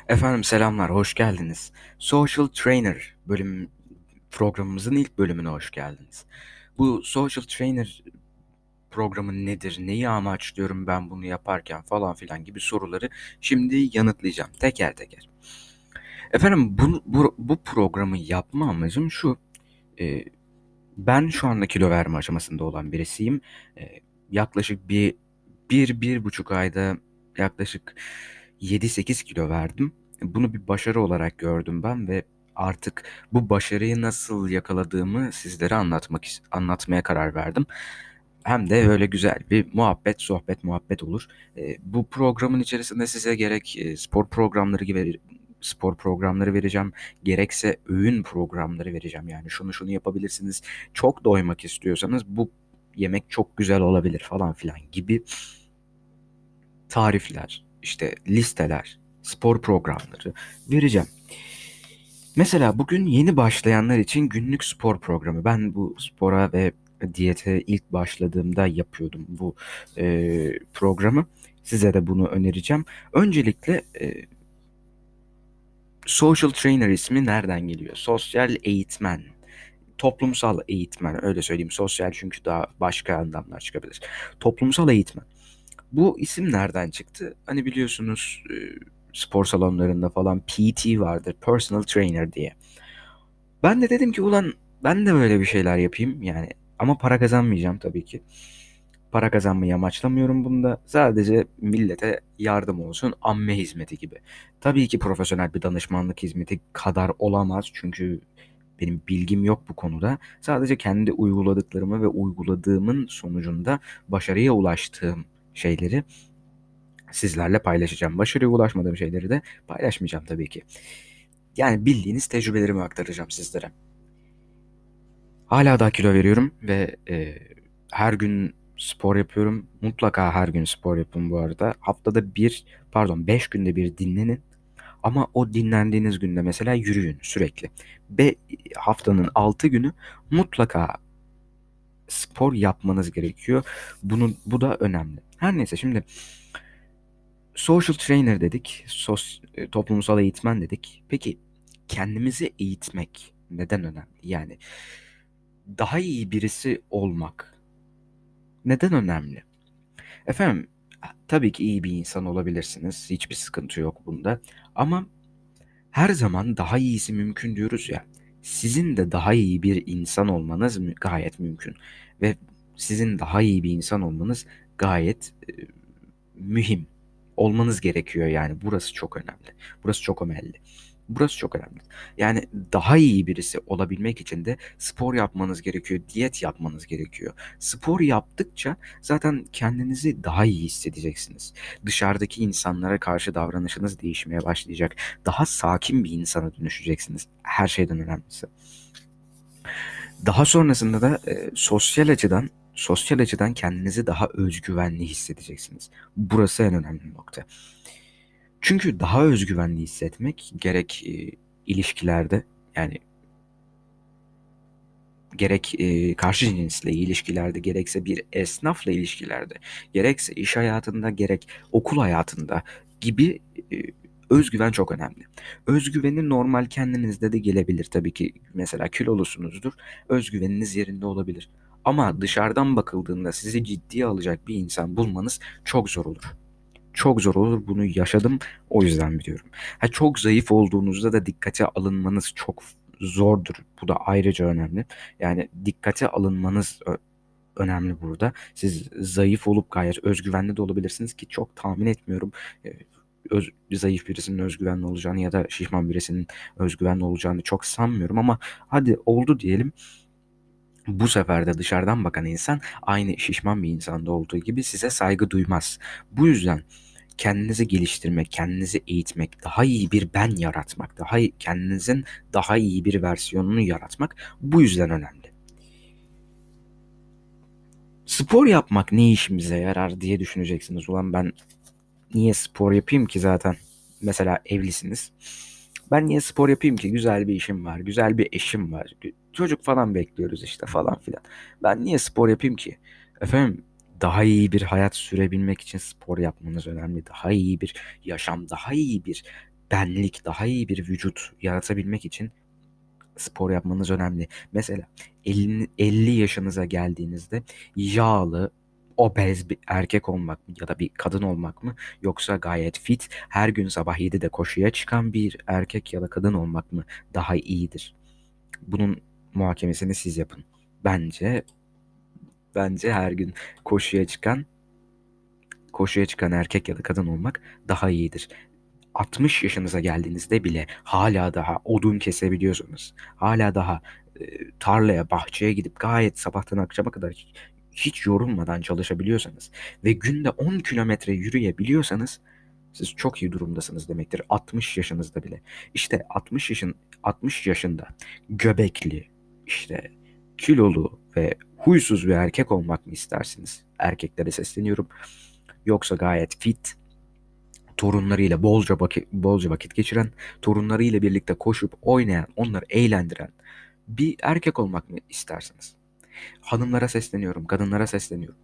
Efendim selamlar, hoş geldiniz. Social Trainer programımızın ilk bölümüne hoş geldiniz. Bu Social Trainer programı nedir, neyi amaçlıyorum ben bunu yaparken falan filan gibi soruları şimdi yanıtlayacağım teker teker. Efendim bu programı yapma amacım şu, e, ben şu anda kilo verme aşamasında olan birisiyim. E, yaklaşık bir buçuk ayda yaklaşık 7-8 kilo verdim. Bunu bir başarı olarak gördüm ben ve artık bu başarıyı nasıl yakaladığımı sizlere anlatmaya karar verdim. Hem de öyle güzel bir sohbet muhabbet olur. Bu programın içerisinde size gerek spor programları vereceğim, gerekse öğün programları vereceğim. Yani şunu yapabilirsiniz. Çok doymak istiyorsanız bu yemek çok güzel olabilir falan filan gibi tarifler, işte listeler, spor programları vereceğim. Mesela bugün yeni başlayanlar için günlük spor programı. Ben bu spora ve diyete ilk başladığımda yapıyordum bu programı. Size de bunu önereceğim. Öncelikle social trainer ismi nereden geliyor? Sosyal eğitmen, toplumsal eğitmen, öyle söyleyeyim. Sosyal çünkü daha başka anlamlar çıkabilir. Toplumsal eğitmen. Bu isim nereden çıktı? Hani biliyorsunuz spor salonlarında falan PT vardır, personal trainer diye. Ben de dedim ki ulan ben de böyle bir şeyler yapayım yani, ama para kazanmayacağım tabii ki. Para kazanmayı amaçlamıyorum bunda. Sadece millete yardım olsun, amme hizmeti gibi. Tabii ki profesyonel bir danışmanlık hizmeti kadar olamaz çünkü benim bilgim yok bu konuda. Sadece kendi uyguladıklarımı ve uyguladığımın sonucunda başarıya ulaştığım şeyleri sizlerle paylaşacağım. Başarıya ulaşmadığım şeyleri de paylaşmayacağım tabii ki. Yani bildiğiniz tecrübelerimi aktaracağım sizlere. Hala daha kilo veriyorum ve her gün spor yapıyorum. Mutlaka her gün spor yapın bu arada. Haftada bir, pardon 5 günde bir dinlenin. Ama o dinlendiğiniz günde mesela yürüyün sürekli. Ve haftanın 6 günü mutlaka spor yapmanız gerekiyor. Bu da önemli. Her neyse şimdi social trainer dedik, toplumsal eğitmen dedik. Peki kendimizi eğitmek neden önemli? Yani daha iyi birisi olmak neden önemli? Efendim, tabii ki iyi bir insan olabilirsiniz. Hiçbir sıkıntı yok bunda. Ama her zaman daha iyisi mümkün diyoruz ya. Sizin de daha iyi bir insan olmanız gayet mümkün. Ve sizin daha iyi bir insan olmanız gayet mühim. Olmanız gerekiyor yani. Burası çok önemli. Burası çok önemli. Burası çok önemli. Yani daha iyi birisi olabilmek için de spor yapmanız gerekiyor, diyet yapmanız gerekiyor. Spor yaptıkça zaten kendinizi daha iyi hissedeceksiniz. Dışarıdaki insanlara karşı davranışınız değişmeye başlayacak. Daha sakin bir insana dönüşeceksiniz. Her şeyden önemlisi. Daha sonrasında da sosyal açıdan kendinizi daha özgüvenli hissedeceksiniz. Burası en önemli nokta. Çünkü daha özgüvenli hissetmek gerek ilişkilerde, yani gerek karşı cinsle ilişkilerde, gerekse bir esnafla ilişkilerde, gerekse iş hayatında, gerek okul hayatında gibi e, özgüven çok önemli. Özgüveni normal kendinizde de gelebilir tabii ki. Mesela kilolusunuzdur, özgüveniniz yerinde olabilir. Ama dışarıdan bakıldığında sizi ciddiye alacak bir insan bulmanız çok zor olur. Çok zor olur. Bunu yaşadım. O yüzden biliyorum. Ha, çok zayıf olduğunuzda da dikkate alınmanız çok zordur. Bu da ayrıca önemli. Yani dikkate alınmanız önemli burada. Siz zayıf olup gayet özgüvenli de olabilirsiniz ki çok tahmin etmiyorum. E, zayıf birisinin özgüvenli olacağını ya da şişman birisinin özgüvenli olacağını çok sanmıyorum, ama hadi oldu diyelim. Bu sefer de dışarıdan bakan insan aynı şişman bir insanda olduğu gibi size saygı duymaz. Bu yüzden kendinizi geliştirmek, kendinizi eğitmek, daha iyi bir ben yaratmak, kendinizin daha iyi bir versiyonunu yaratmak bu yüzden önemli. Spor yapmak ne işimize yarar diye düşüneceksiniz. Ulan ben niye spor yapayım ki zaten? Mesela evlisiniz. Ben niye spor yapayım ki? Güzel bir işim var, güzel bir eşim var. Çocuk falan bekliyoruz işte falan filan. Ben niye spor yapayım ki? Efendim, daha iyi bir hayat sürebilmek için spor yapmanız önemli. Daha iyi bir yaşam, daha iyi bir benlik, daha iyi bir vücut yaratabilmek için spor yapmanız önemli. Mesela 50 yaşınıza geldiğinizde yağlı, obez bir erkek olmak mı ya da bir kadın olmak mı, yoksa gayet fit, her gün sabah 7'de koşuya çıkan bir erkek ya da kadın olmak mı daha iyidir? Bunun muhakemesini siz yapın. Bence her gün koşuya çıkan erkek ya da kadın olmak daha iyidir. 60 yaşınıza geldiğinizde bile hala daha odun kesebiliyorsunuz. Hala daha tarlaya, bahçeye gidip gayet sabahtan akşama kadar hiç yorulmadan çalışabiliyorsanız ve günde 10 kilometre yürüyebiliyorsanız siz çok iyi durumdasınız demektir. 60 yaşınızda bile. İşte 60 yaşında göbekli, işte kilolu ve huysuz bir erkek olmak mı istersiniz? Erkeklere sesleniyorum. Yoksa gayet fit, torunlarıyla bolca vakit geçiren, torunlarıyla birlikte koşup oynayan, onları eğlendiren bir erkek olmak mı istersiniz? Hanımlara sesleniyorum, kadınlara sesleniyorum.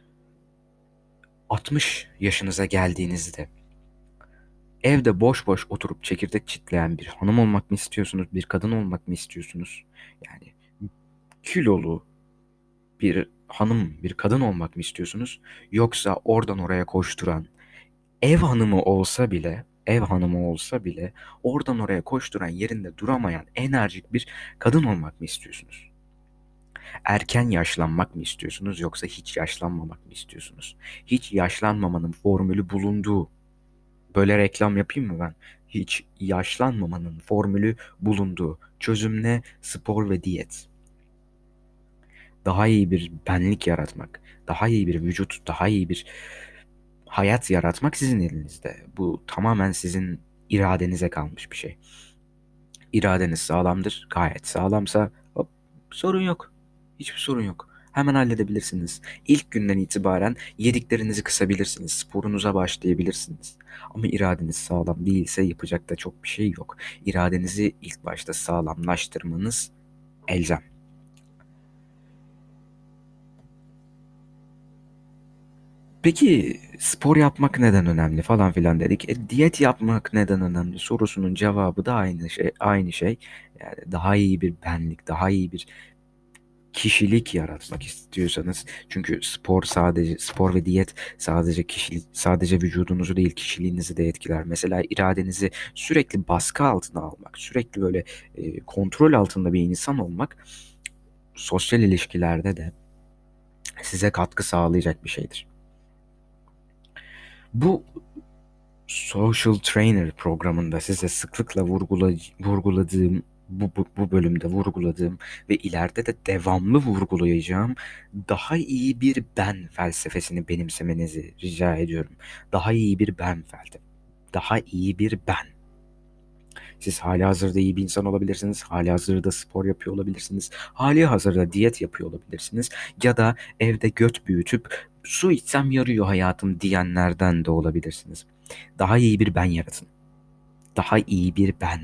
60 yaşınıza geldiğinizde evde boş boş oturup çekirdek çitleyen bir hanım olmak mı istiyorsunuz, bir kadın olmak mı istiyorsunuz? Yani kilolu bir hanım, bir kadın olmak mı istiyorsunuz? Yoksa oradan oraya koşturan, ev hanımı olsa bile oradan oraya koşturan, yerinde duramayan enerjik bir kadın olmak mı istiyorsunuz? Erken yaşlanmak mı istiyorsunuz, yoksa hiç yaşlanmamak mı istiyorsunuz? Hiç yaşlanmamanın formülü bulunduğu, böyle reklam yapayım mı ben? Hiç yaşlanmamanın formülü bulunduğu çözüm ne? Spor ve diyet. Daha iyi bir benlik yaratmak, daha iyi bir vücut, daha iyi bir hayat yaratmak sizin elinizde. Bu tamamen sizin iradenize kalmış bir şey. İradeniz sağlamdır, gayet sağlamsa hop, sorun yok. Hiçbir sorun yok. Hemen halledebilirsiniz. İlk günden itibaren yediklerinizi kısabilirsiniz. Sporunuza başlayabilirsiniz. Ama iradeniz sağlam değilse yapacak da çok bir şey yok. İradenizi ilk başta sağlamlaştırmanız elzem. Peki spor yapmak neden önemli falan filan dedik. Diyet yapmak neden önemli sorusunun cevabı da aynı şey. Yani daha iyi bir benlik, daha iyi bir kişilik yaratmak istiyorsanız, çünkü spor ve diyet sadece vücudunuzu değil, kişiliğinizi de etkiler. Mesela iradenizi sürekli baskı altına almak, sürekli böyle kontrol altında bir insan olmak sosyal ilişkilerde de size katkı sağlayacak bir şeydir. Bu Social Trainer programında size sıklıkla vurguladığım, bu bölümde vurguladığım ve ileride de devamlı vurgulayacağım daha iyi bir ben felsefesini benimsemenizi rica ediyorum. Daha iyi bir ben daha iyi bir ben. Siz hali hazırda iyi bir insan olabilirsiniz. Hali hazırda spor yapıyor olabilirsiniz. Hali hazırda diyet yapıyor olabilirsiniz. Ya da evde göt büyütüp su içsem yarıyor hayatım diyenlerden de olabilirsiniz. Daha iyi bir ben yaratın. Daha iyi bir ben.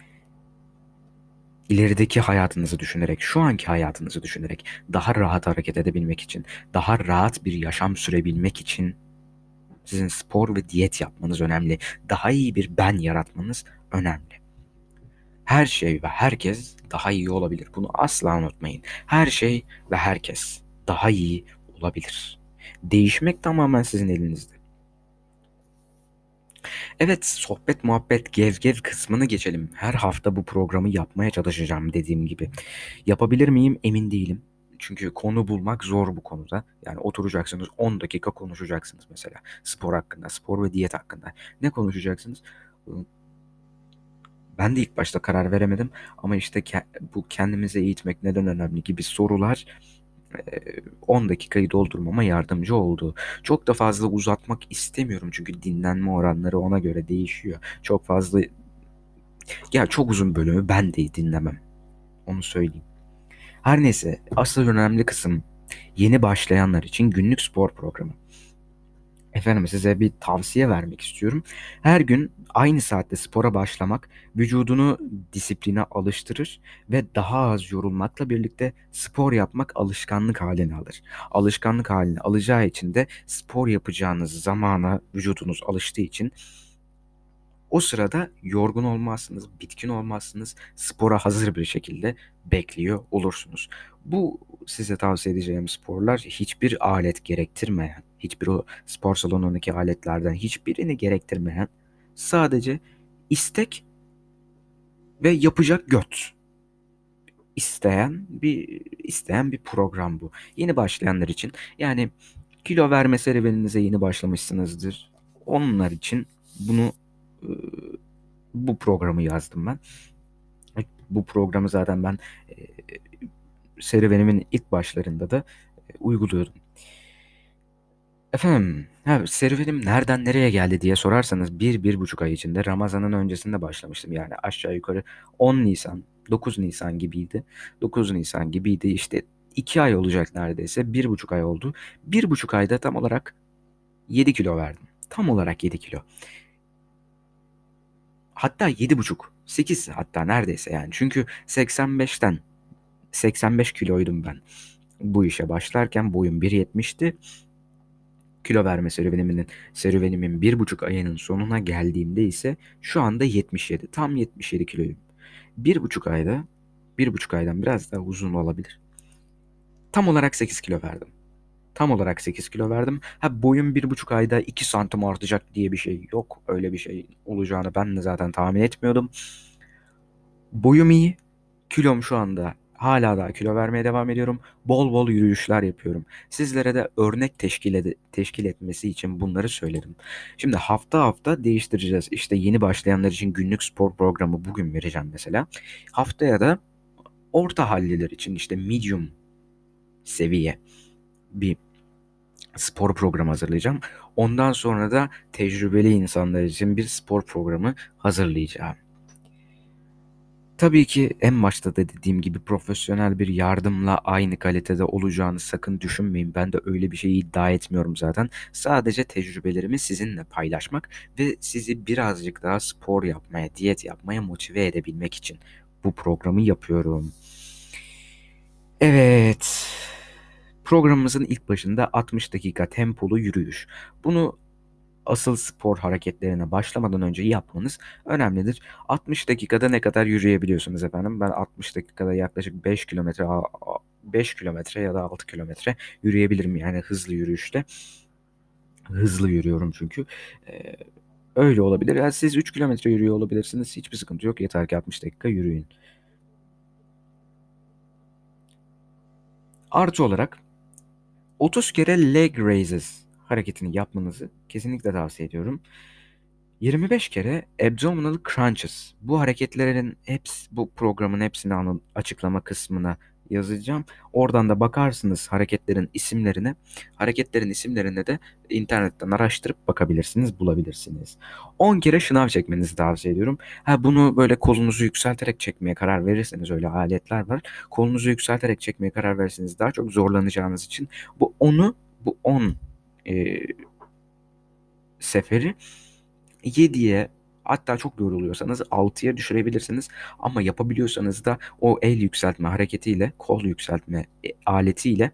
İlerideki hayatınızı düşünerek, şu anki hayatınızı düşünerek daha rahat hareket edebilmek için, daha rahat bir yaşam sürebilmek için sizin spor ve diyet yapmanız önemli. Daha iyi bir ben yaratmanız önemli. Her şey ve herkes daha iyi olabilir. Bunu asla unutmayın. Her şey ve herkes daha iyi olabilir. Değişmek tamamen sizin elinizde. Evet, sohbet, muhabbet, gevgev kısmını geçelim. Her hafta bu programı yapmaya çalışacağım dediğim gibi. Yapabilir miyim emin değilim. Çünkü konu bulmak zor bu konuda. Yani oturacaksınız 10 dakika konuşacaksınız mesela. Spor hakkında, spor ve diyet hakkında. Ne konuşacaksınız? Ben de ilk başta karar veremedim ama işte bu kendimize eğitmek neden önemli gibi sorular 10 dakikayı doldurmama yardımcı oldu. Çok da fazla uzatmak istemiyorum çünkü dinlenme oranları ona göre değişiyor. Çok fazla, ya çok uzun bölümü ben de dinlemem. Onu söyleyeyim. Her neyse, asıl önemli kısım yeni başlayanlar için günlük spor programı. Efendim, size bir tavsiye vermek istiyorum. Her gün aynı saatte spora başlamak vücudunu disipline alıştırır ve daha az yorulmakla birlikte spor yapmak alışkanlık haline alır. Alışkanlık haline alacağı için de spor yapacağınız zamana vücudunuz alıştığı için O sırada yorgun olmazsınız, bitkin olmazsınız, spora hazır bir şekilde bekliyor olursunuz. Bu size tavsiye edeceğim sporlar hiçbir alet gerektirmeyen, hiçbir o spor salonundaki aletlerden hiçbirini gerektirmeyen, sadece istek ve yapacak göt isteyen bir program bu. Yeni başlayanlar için, yani kilo verme serüveninize yeni başlamışsınızdır. Onlar için e, bu programı yazdım ben. Bu programı zaten ben e, serüvenimin ilk başlarında da uyguluyordum. Efendim, serüvenim nereden nereye geldi diye sorarsanız 1-1,5 ay içinde Ramazan'ın öncesinde başlamıştım. Yani aşağı yukarı 10 Nisan, 9 Nisan gibiydi. 9 Nisan gibiydi işte, 2 ay olacak neredeyse. 1,5 ay oldu. 1,5 ayda tam olarak 7 kilo verdim. Tam olarak 7 kilo. Hatta 7,5, 8 hatta neredeyse yani. Çünkü 85 kiloydum ben. Bu işe başlarken boyum 1,70'ti. Kilo verme serüvenimin 1,5 ayının sonuna geldiğimde ise şu anda 77. Tam 77 kiloyum. 1,5 ayda, 1,5 aydan biraz daha uzun olabilir. Tam olarak 8 kilo verdim. Tam olarak 8 kilo verdim. Boyum 1,5 ayda 2 santim artacak diye bir şey yok. Öyle bir şey olacağını ben de zaten tahmin etmiyordum. Boyum iyi. Kilom şu anda hala daha kilo vermeye devam ediyorum. Bol bol yürüyüşler yapıyorum. Sizlere de örnek teşkil etmesi için bunları söyledim. Şimdi hafta hafta değiştireceğiz. İşte yeni başlayanlar için günlük spor programı bugün vereceğim mesela. Haftaya da orta halliler için işte medium seviye bir spor programı hazırlayacağım. Ondan sonra da tecrübeli insanlar için bir spor programı hazırlayacağım. Tabii ki en başta da dediğim gibi profesyonel bir yardımla aynı kalitede olacağını sakın düşünmeyin. Ben de öyle bir şey iddia etmiyorum zaten. Sadece tecrübelerimi sizinle paylaşmak ve sizi birazcık daha spor yapmaya, diyet yapmaya motive edebilmek için bu programı yapıyorum. Evet. Programımızın ilk başında 60 dakika tempolu yürüyüş. Bunu asıl spor hareketlerine başlamadan önce yapmanız önemlidir. 60 dakikada ne kadar yürüyebiliyorsunuz efendim? Ben 60 dakikada yaklaşık 5 kilometre ya da 6 kilometre yürüyebilirim, yani hızlı yürüyüşte. Hızlı yürüyorum çünkü. Ee, Öyle olabilir. Yani siz 3 kilometre yürüyor olabilirsiniz. Hiçbir sıkıntı yok. Yeter ki 60 dakika yürüyün. Artı olarak 30 kere leg raises hareketini yapmanızı kesinlikle tavsiye ediyorum. 25 kere abdominal crunches. Bu hareketlerin hepsi, bu programın hepsini açıklama kısmına yazacağım. Oradan da bakarsınız hareketlerin isimlerine. Hareketlerin isimlerine de internetten araştırıp bakabilirsiniz, bulabilirsiniz. 10 kere şınav çekmenizi tavsiye ediyorum. Bunu böyle kolunuzu yükselterek çekmeye karar verirseniz, öyle aletler var. Kolunuzu yükselterek çekmeye karar verirseniz daha çok zorlanacağınız için bu 10 e, seferi 7'ye, hatta çok yoruluyorsanız 6'ya düşürebilirsiniz. Ama yapabiliyorsanız da o el yükseltme hareketiyle, kol yükseltme aletiyle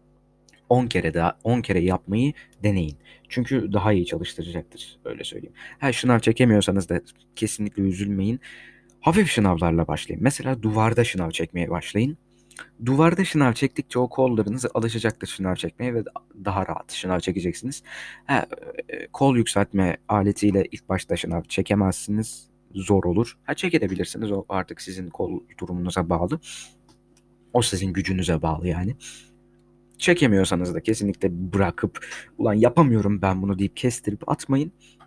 10 kere yapmayı deneyin. Çünkü daha iyi çalıştıracaktır. Öyle söyleyeyim. Şınav çekemiyorsanız da kesinlikle üzülmeyin. Hafif şınavlarla başlayın. Mesela duvarda şınav çekmeye başlayın. Duvarda şınav çektikçe o kollarınız alışacaktır şınav çekmeye ve daha rahat şınav çekeceksiniz. Kol yükseltme aletiyle ilk başta şınav çekemezsiniz. Zor olur. Çekebilirsiniz. O artık sizin kol durumunuza bağlı. O sizin gücünüze bağlı yani. Çekemiyorsanız da kesinlikle bırakıp ulan yapamıyorum ben bunu deyip kestirip atmayın.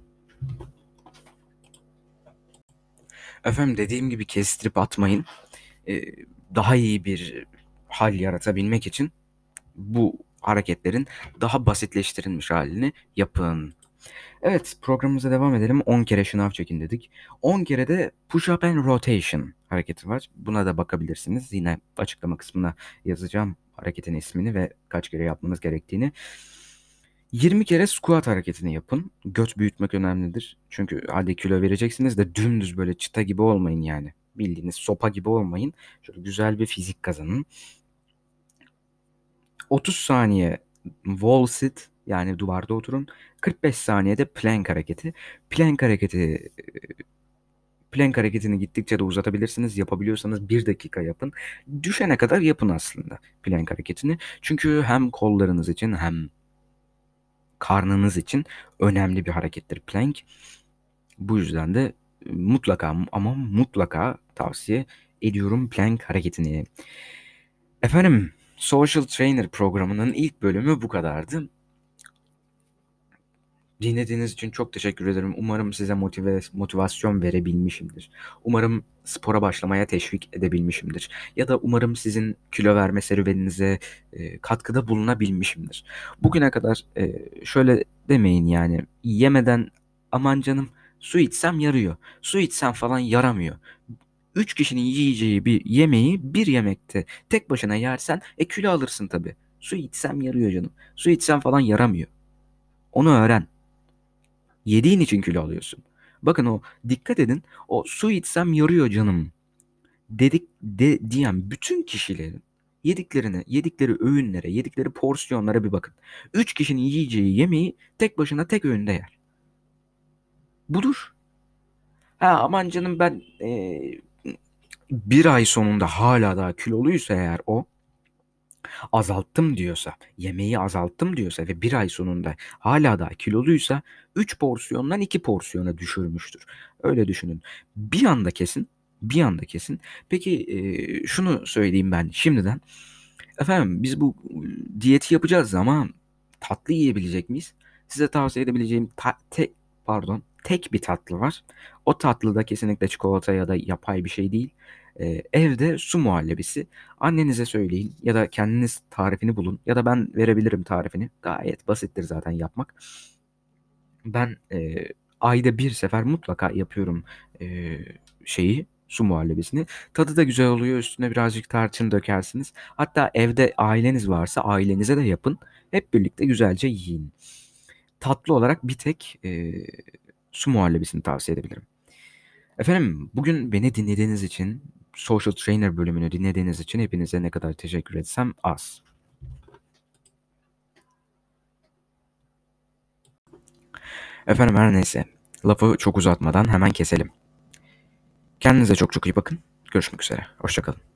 Efendim, dediğim gibi kestirip atmayın. Ee, Daha iyi bir hal yaratabilmek için bu hareketlerin daha basitleştirilmiş halini yapın. Evet, programımıza devam edelim. 10 kere şınav çekin dedik. 10 kere de push up and rotation hareketi var. Buna da bakabilirsiniz. Yine açıklama kısmına yazacağım hareketin ismini ve kaç kere yapmanız gerektiğini. 20 kere squat hareketini yapın. Göt büyütmek önemlidir. Çünkü hadi kilo vereceksiniz de dümdüz böyle çıta gibi olmayın yani. Bildiğiniz sopa gibi olmayın. Şöyle güzel bir fizik kazanın. 30 saniye wall sit, yani duvarda oturun. 45 saniyede plank hareketi. Plank hareketi Plank hareketini gittikçe de uzatabilirsiniz. Yapabiliyorsanız 1 dakika yapın. Düşene kadar yapın aslında plank hareketini. Çünkü hem kollarınız için hem karnınız için önemli bir harekettir plank. Bu yüzden de mutlaka ama mutlaka tavsiye ediyorum plank hareketini. Efendim, Social Trainer programının ilk bölümü bu kadardı. Dinlediğiniz için çok teşekkür ederim. Umarım size motivasyon verebilmişimdir. Umarım spora başlamaya teşvik edebilmişimdir. Ya da umarım sizin kilo verme serüveninize katkıda bulunabilmişimdir. Bugüne kadar şöyle demeyin yani yemeden aman canım su içsem yarıyor. Su içsem falan yaramıyor. 3 kişinin yiyeceği bir yemeği bir yemekte tek başına yersen kilo alırsın tabii. Su içsem yarıyor canım. Su içsem falan yaramıyor. Onu öğren. Yediğin için kilo alıyorsun. Bakın o dikkat edin o su içsem yarıyor canım diyen bütün kişilerin yedikleri öğünlere, yedikleri porsiyonlara bir bakın. 3 kişinin yiyeceği yemeği tek başına tek öğünde yer. Budur. Ha aman canım ben bir ay sonunda hala daha kiloluysa eğer o azalttım diyorsa, yemeği azalttım diyorsa ve bir ay sonunda hala daha kiloluysa 3 porsiyondan 2 porsiyona düşürmüştür. Öyle düşünün. Bir anda kesin, bir anda kesin. Peki şunu söyleyeyim ben şimdiden. Efendim biz bu diyeti yapacağız ama tatlı yiyebilecek miyiz? Size tavsiye edebileceğim tek bir tatlı var. O tatlı da kesinlikle çikolata ya da yapay bir şey değil. Evde su muhallebisi. Annenize söyleyin ya da kendiniz tarifini bulun ya da ben verebilirim tarifini. Gayet basittir zaten yapmak. Ben ayda bir sefer mutlaka yapıyorum e, su muhallebisini. Tadı da güzel oluyor. Üstüne birazcık tarçın dökersiniz. Hatta evde aileniz varsa ailenize de yapın. Hep birlikte güzelce yiyin. Tatlı olarak bir tek su muhallebisini tavsiye edebilirim. Efendim bugün beni dinlediğiniz için Social Trainer bölümünü dinlediğiniz için hepinize ne kadar teşekkür etsem az. Efendim her neyse lafı çok uzatmadan hemen keselim. Kendinize çok çok iyi bakın. Görüşmek üzere. Hoşça kalın.